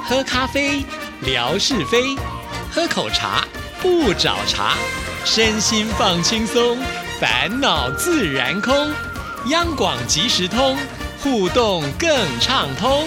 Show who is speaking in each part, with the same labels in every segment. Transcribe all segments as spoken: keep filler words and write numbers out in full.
Speaker 1: 喝咖啡，聊是非；喝口茶，不找茬。身心放轻松，烦恼自然空。央广即时通，互动更畅通。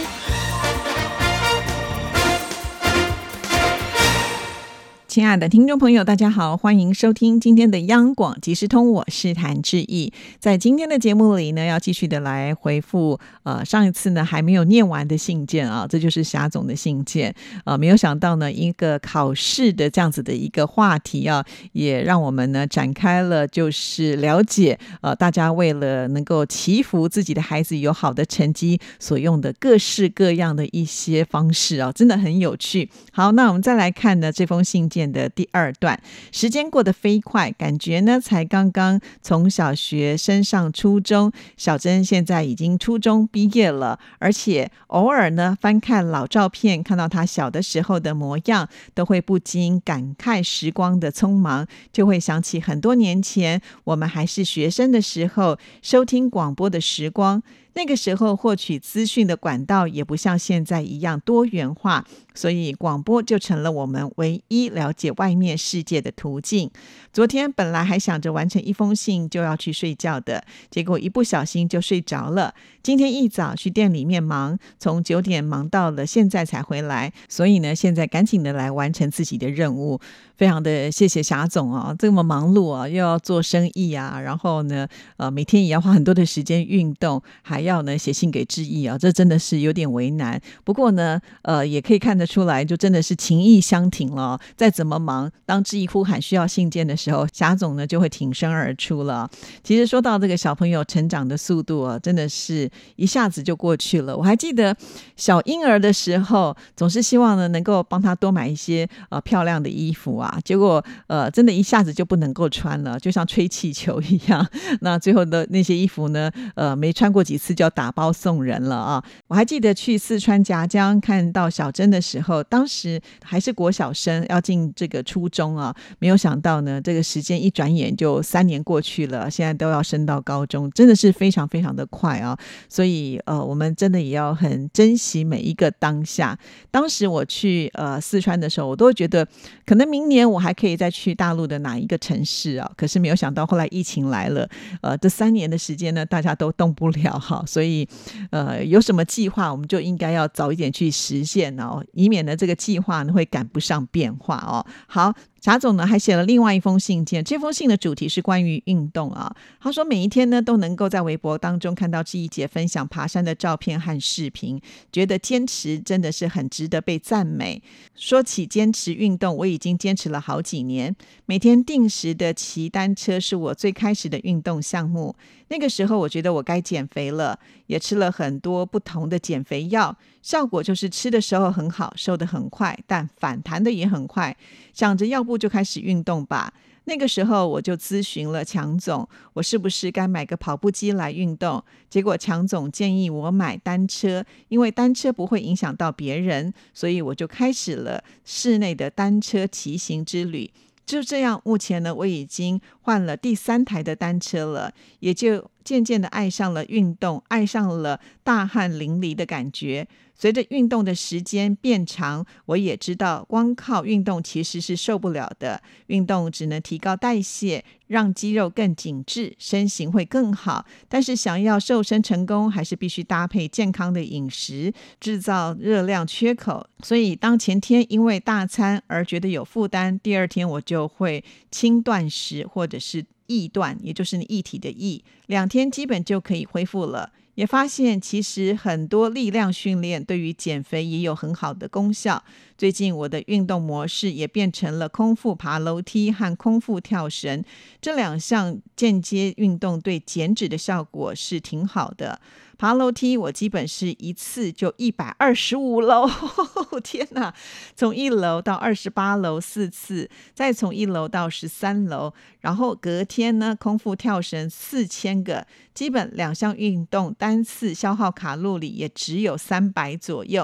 Speaker 2: 亲爱的听众朋友，大家好，欢迎收听今天的央广即时通，我是谭志毅。在今天的节目里呢，要继续的来回复呃上一次呢还没有念完的信件啊，这就是霞总的信件。呃，没有想到呢，一个考试的这样子的一个话题啊，也让我们呢展开了就是了解呃大家为了能够祈福自己的孩子有好的成绩所用的各式各样的一些方式啊，真的很有趣。好，那我们再来看呢这封信件的第二段。时间过得飞快，感觉呢才刚刚从小学升上初中，小珍现在已经初中毕业了，而且偶尔呢翻看老照片，看到她小的时候的模样，都会不禁感慨时光的匆忙，就会想起很多年前我们还是学生的时候收听广播的时光。那个时候获取资讯的管道也不像现在一样多元化，所以广播就成了我们唯一了解外面世界的途径。昨天本来还想着完成一封信就要去睡觉的，结果一不小心就睡着了。今天一早去店里面忙，从九点忙到了现在才回来，所以呢现在赶紧的来完成自己的任务。非常的谢谢霞总哦，这么忙碌啊，又要做生意啊，然后呢呃每天也要花很多的时间运动，还要呢写信给志毅啊，这真的是有点为难。不过呢呃也可以看得出来，就真的是情意相挺了哦。再怎么忙，当志毅呼喊需要信件的时候，霞总呢就会挺身而出了。其实说到这个小朋友成长的速度啊，真的是一下子就过去了。我还记得小婴儿的时候，总是希望呢能够帮他多买一些呃漂亮的衣服啊，结果呃真的一下子就不能够穿了，就像吹气球一样。那最后的那些衣服呢呃没穿过几次就要打包送人了啊。我还记得去四川夹江看到小珍的时候，当时还是国小生，要进这个初中啊，没有想到呢这个时间一转眼就三年过去了，现在都要升到高中，真的是非常非常的快啊。所以呃我们真的也要很珍惜每一个当下。当时我去呃四川的时候，我都会觉得可能明年我还可以再去大陆的哪一个城市啊，可是没有想到后来疫情来了，呃这三年的时间呢大家都动不了哈，所以呃有什么计划我们就应该要早一点去实现哦，以免呢这个计划呢会赶不上变化哦。好，霞总呢还写了另外一封信件，这封信的主题是关于运动啊。他说每一天呢都能够在微博当中看到志毅姐分享爬山的照片和视频，觉得坚持真的是很值得被赞美。说起坚持运动，我已经坚持了好几年，每天定时的骑单车是我最开始的运动项目。那个时候我觉得我该减肥了，也吃了很多不同的减肥药，效果就是吃的时候很好，瘦得很快，但反弹的也很快，想着要不就开始运动吧。那个时候我就咨询了强总，我是不是该买个跑步机来运动，结果强总建议我买单车，因为单车不会影响到别人，所以我就开始了室内的单车骑行之旅。就这样，目前呢我已经换了第三台的单车了，也就渐渐的爱上了运动，爱上了大汗淋漓的感觉。随着运动的时间变长，我也知道光靠运动其实是受不了的，运动只能提高代谢，让肌肉更紧致，身形会更好，但是想要瘦身成功，还是必须搭配健康的饮食，制造热量缺口。所以当前天因为大餐而觉得有负担，第二天我就会轻断食或者是易断，也就是液体的液，两天基本就可以恢复了。也发现其实很多力量训练对于减肥也有很好的功效。最近我的运动模式也变成了空腹爬楼梯和空腹跳绳，这两项间接运动对减脂的效果是挺好的。爬楼梯我基本是一次就一百二十五楼天哪，从一楼到二十八楼四次，再从一楼到十三楼，然后隔天呢空腹跳绳四千个，基本两项运动单次消耗卡路里也只有三百左右。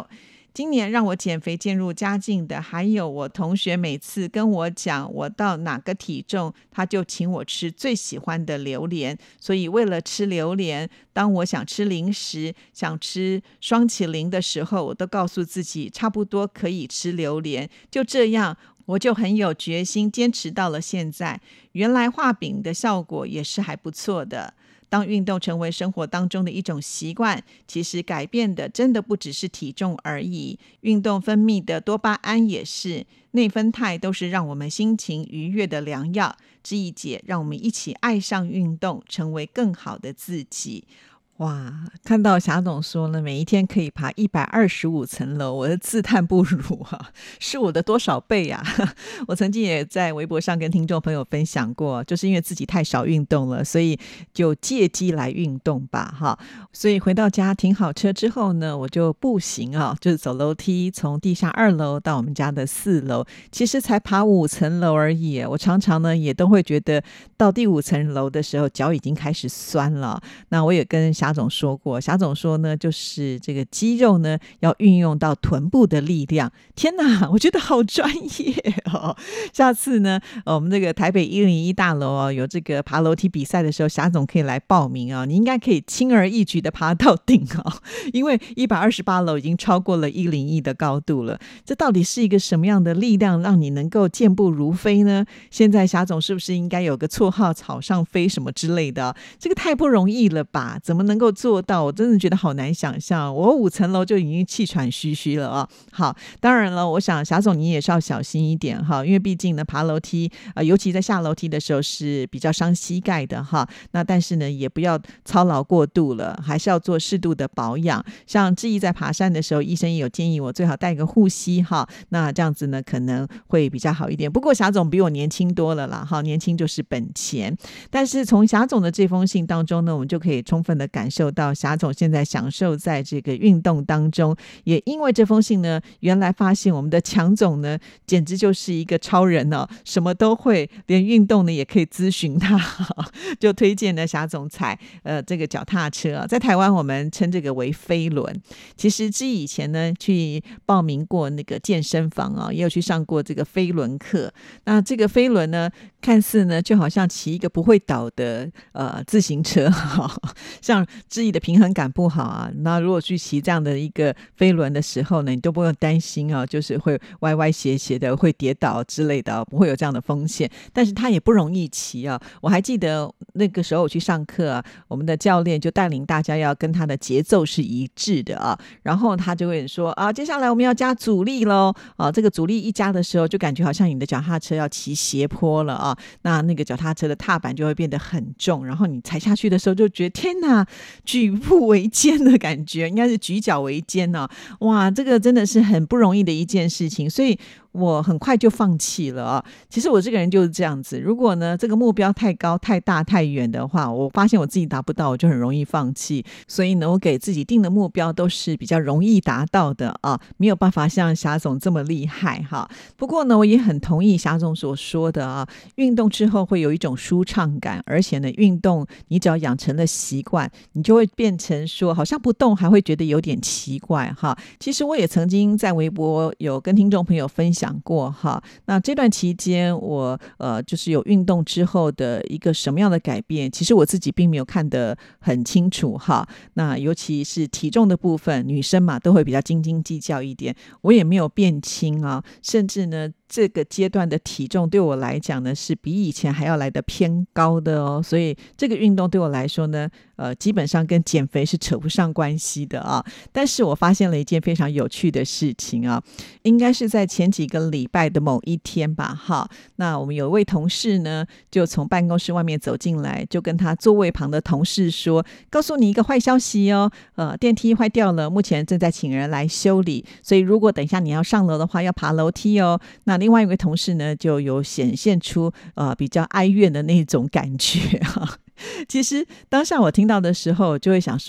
Speaker 2: 今年让我减肥渐入佳境的，还有我同学每次跟我讲我到哪个体重，他就请我吃最喜欢的榴莲。所以为了吃榴莲，当我想吃零食，想吃双麒麟的时候，我都告诉自己差不多可以吃榴莲。就这样，我就很有决心，坚持到了现在。原来画饼的效果也是还不错的。当运动成为生活当中的一种习惯，其实改变的真的不只是体重而已，运动分泌的多巴胺也是，内啡肽都是让我们心情愉悦的良药。知易姐，让我们一起爱上运动，成为更好的自己。哇，看到霞总说呢，每一天可以爬一百二十五层楼，我的自叹不如啊，是我的多少倍啊？我曾经也在微博上跟听众朋友分享过，就是因为自己太少运动了，所以就借机来运动吧哈。所以回到家停好车之后呢，我就步行啊，就是走楼梯，从地下二楼到我们家的四楼，其实才爬五层楼而已。我常常呢也都会觉得到第五层楼的时候脚已经开始酸了。那我也跟霞总说过，霞总说呢，就是这个肌肉呢要运用到臀部的力量。天哪，我觉得好专业哦！下次呢，我们这个台北一零一大楼哦，有这个爬楼梯比赛的时候，霞总可以来报名哦。你应该可以轻而易举的爬到顶哦，因为一百二十八楼已经超过了一零一的高度了。这到底是一个什么样的力量，让你能够健步如飞呢？现在霞总是不是应该有个绰号草上飞什么之类的？这个太不容易了吧？怎么能够做到？我真的觉得好难想象，我五层楼就已经气喘吁吁了啊！好，当然了，我想霞总你也是要小心一点哈，因为毕竟呢爬楼梯、呃、尤其在下楼梯的时候是比较伤膝盖的哈。那但是呢也不要操劳过度了，还是要做适度的保养。像志毅在爬山的时候，医生也有建议我最好带个护膝哈，那这样子呢可能会比较好一点。不过霞总比我年轻多了啦哈，年轻就是本钱。但是从霞总的这封信当中呢，我们就可以充分的感受到霞总现在享受在这个运动当中。也因为这封信呢，原来发现我们的强总呢简直就是一个超人哦，什么都会，连运动呢也可以咨询他，就推荐呢霞总踩呃这个脚踏车、啊、在台湾我们称这个为飞轮。其实之以前呢去报名过那个健身房啊，也有去上过这个飞轮课。那这个飞轮呢看似呢就好像骑一个不会倒的呃自行车，像之以的平衡感不好啊，那如果去骑这样的一个飞轮的时候呢，你都不用担心啊，就是会歪歪斜斜的会跌倒之类的、啊、不会有这样的风险。但是它也不容易骑啊，我还记得那个时候我去上课啊，我们的教练就带领大家要跟他的节奏是一致的啊，然后他就会说啊，接下来我们要加阻力咯啊，这个阻力一加的时候就感觉好像你的脚踏车要骑斜坡了啊，那那个脚踏车的踏板就会变得很重，然后你踩下去的时候就觉得天哪，举步维艰的感觉，应该是举脚维艰哦。哇，这个真的是很不容易的一件事情，所以我很快就放弃了啊。其实我这个人就是这样子，如果呢这个目标太高太大太远的话，我发现我自己达不到，我就很容易放弃。所以呢我给自己定的目标都是比较容易达到的啊，没有办法像霞总这么厉害哈。不过呢我也很同意霞总所说的啊，运动之后会有一种舒畅感，而且呢运动你只要养成了习惯，你就会变成说好像不动还会觉得有点奇怪哈。其实我也曾经在微博有跟听众朋友分享过哈，那这段期间我呃就是有运动之后的一个什么样的改变，其实我自己并没有看得很清楚哈。那尤其是体重的部分，女生嘛都会比较斤斤计较一点，我也没有变轻啊，甚至呢这个阶段的体重对我来讲呢是比以前还要来得偏高的哦，所以这个运动对我来说呢呃，基本上跟减肥是扯不上关系的啊。但是我发现了一件非常有趣的事情啊，应该是在前几个礼拜的某一天吧哈，那我们有一位同事呢就从办公室外面走进来，就跟他座位旁的同事说，告诉你一个坏消息哦，呃，电梯坏掉了，目前正在请人来修理，所以如果等一下你要上楼的话要爬楼梯哦。那另外一位同事呢就有显现出呃比较哀怨的那种感觉哈。其实当下我听到的时候就会想说，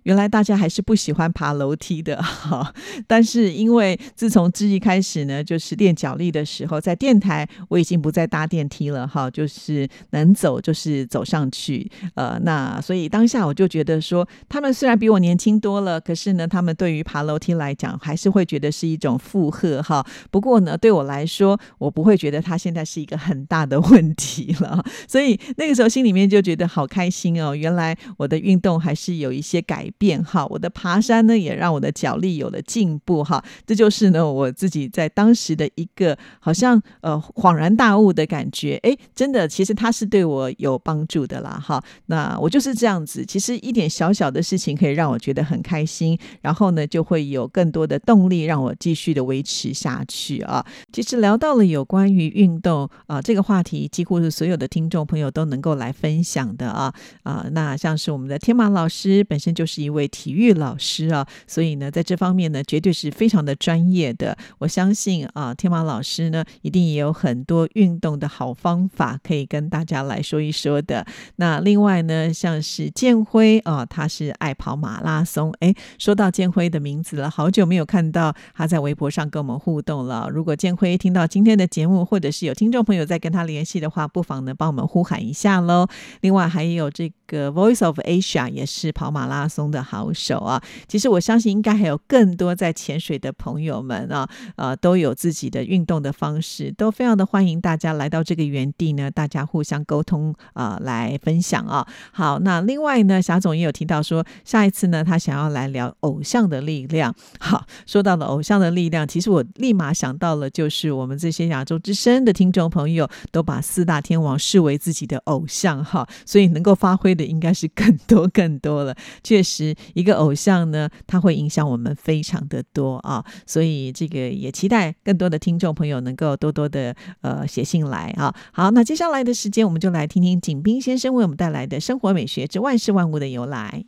Speaker 2: 原来大家还是不喜欢爬楼梯的但是因为自从志毅开始呢，就是练脚力的时候，在电台我已经不再搭电梯了哈，就是能走就是走上去。呃，那所以当下我就觉得说，他们虽然比我年轻多了，可是呢，他们对于爬楼梯来讲，还是会觉得是一种负荷哈。不过呢，对我来说，我不会觉得它现在是一个很大的问题了。所以那个时候心里面就觉得好开心哦，原来我的运动还是有一些改变哈，我的爬山呢也让我的脚力有了进步哈，这就是呢我自己在当时的一个好像呃恍然大悟的感觉，哎，真的其实它是对我有帮助的啦哈。那我就是这样子，其实一点小小的事情可以让我觉得很开心，然后呢就会有更多的动力让我继续的维持下去啊。其实聊到了有关于运动啊这个话题，几乎是所有的听众朋友都能够来分享的啊啊，那像是我们的天马老师本身就是一位体育老师啊，所以呢在这方面呢绝对是非常的专业的。我相信啊天马老师呢一定也有很多运动的好方法可以跟大家来说一说的。那另外呢像是建辉啊，他是爱跑马拉松，诶，说到建辉的名字了，好久没有看到他在微博上跟我们互动了。如果建辉听到今天的节目，或者是有听众朋友在跟他联系的话，不妨呢帮我们呼喊一下咯。另外还有这个 Voice of Asia 也是跑马拉松的好手啊。其实我相信应该还有更多在潜水的朋友们啊，呃，都有自己的运动的方式，都非常的欢迎大家来到这个园地呢，大家互相沟通啊、呃，来分享啊。好，那另外呢，霞总也有提到说，下一次呢，他想要来聊偶像的力量。好，说到了偶像的力量，其实我立马想到了，就是我们这些亚洲之声的听众朋友都把四大天王视为自己的偶像哈，所以能够发挥的应该是更多更多了。确实，一个偶像呢，他会影响我们非常的多啊，所以这个也期待更多的听众朋友能够多多的呃写信来啊。好，那接下来的时间，我们就来听听景斌先生为我们带来的生活美学之万事万物的由来。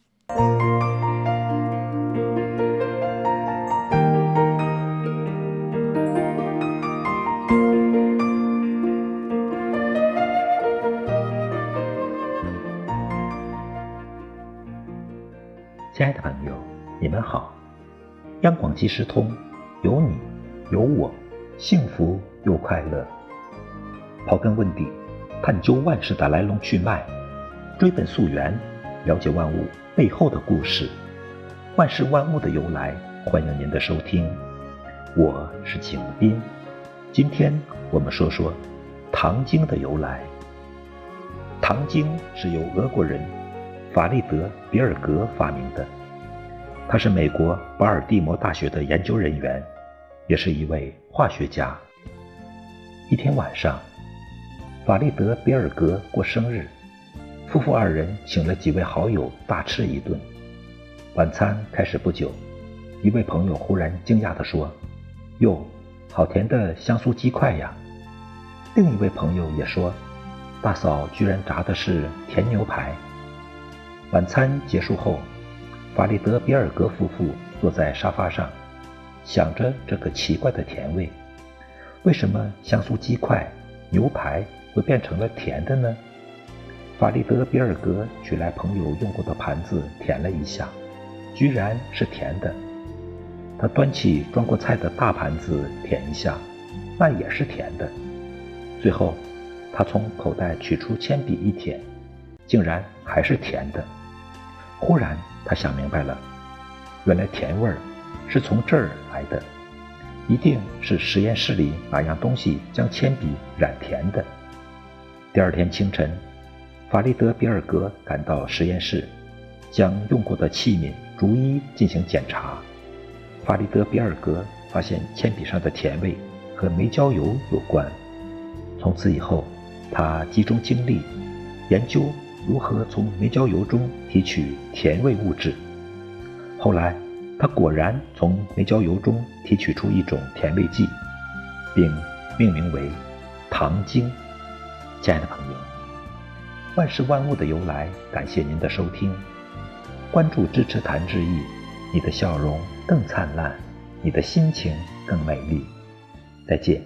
Speaker 3: 亲爱的朋友，你们好。央广即时通，有你有我，幸福又快乐。刨根问底，探究万事的来龙去脉，追本溯源，了解万物背后的故事。万事万物的由来，欢迎您的收听。我是景斌，今天我们说说糖精的由来。糖精是由俄国人法利德·比尔格发明的，他是美国巴尔的摩大学的研究人员，也是一位化学家。一天晚上，法利德·比尔格过生日，夫妇二人请了几位好友大吃一顿。晚餐开始不久，一位朋友忽然惊讶地说：“哟，好甜的香酥鸡块呀！”另一位朋友也说：“大嫂居然炸的是甜牛排。”晚餐结束后，法利德·比尔格夫妇坐在沙发上，想着这个奇怪的甜味。为什么香酥鸡块、牛排会变成了甜的呢？法利德·比尔格取来朋友用过的盘子舔了一下，居然是甜的。他端起装过菜的大盘子舔一下，那也是甜的。最后，他从口袋取出铅笔一舔，竟然还是甜的。忽然他想明白了，原来甜味儿是从这儿来的，一定是实验室里哪样东西将铅笔染甜的。第二天清晨，法利德·比尔格赶到实验室，将用过的器皿逐一进行检查。法利德·比尔格发现铅笔上的甜味和煤焦油有关。从此以后，他集中精力研究如何从煤焦油中提取甜味物质。后来他果然从煤焦油中提取出一种甜味剂，并命名为糖精。亲爱的朋友，万事万物的由来，感谢您的收听。关注支持谭志毅，你的笑容更灿烂，你的心情更美丽。再见。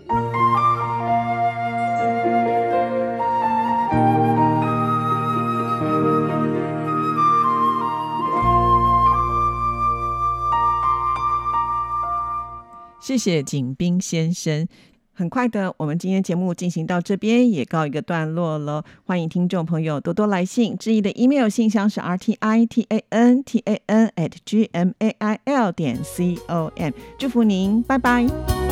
Speaker 2: 谢谢景斌先生。很快的，我们今天节目进行到这边也告一个段落了。欢迎听众朋友多多来信，致意的 email 信箱是 r t i t a n t a n at g m a i l 点 com。祝福您，拜拜。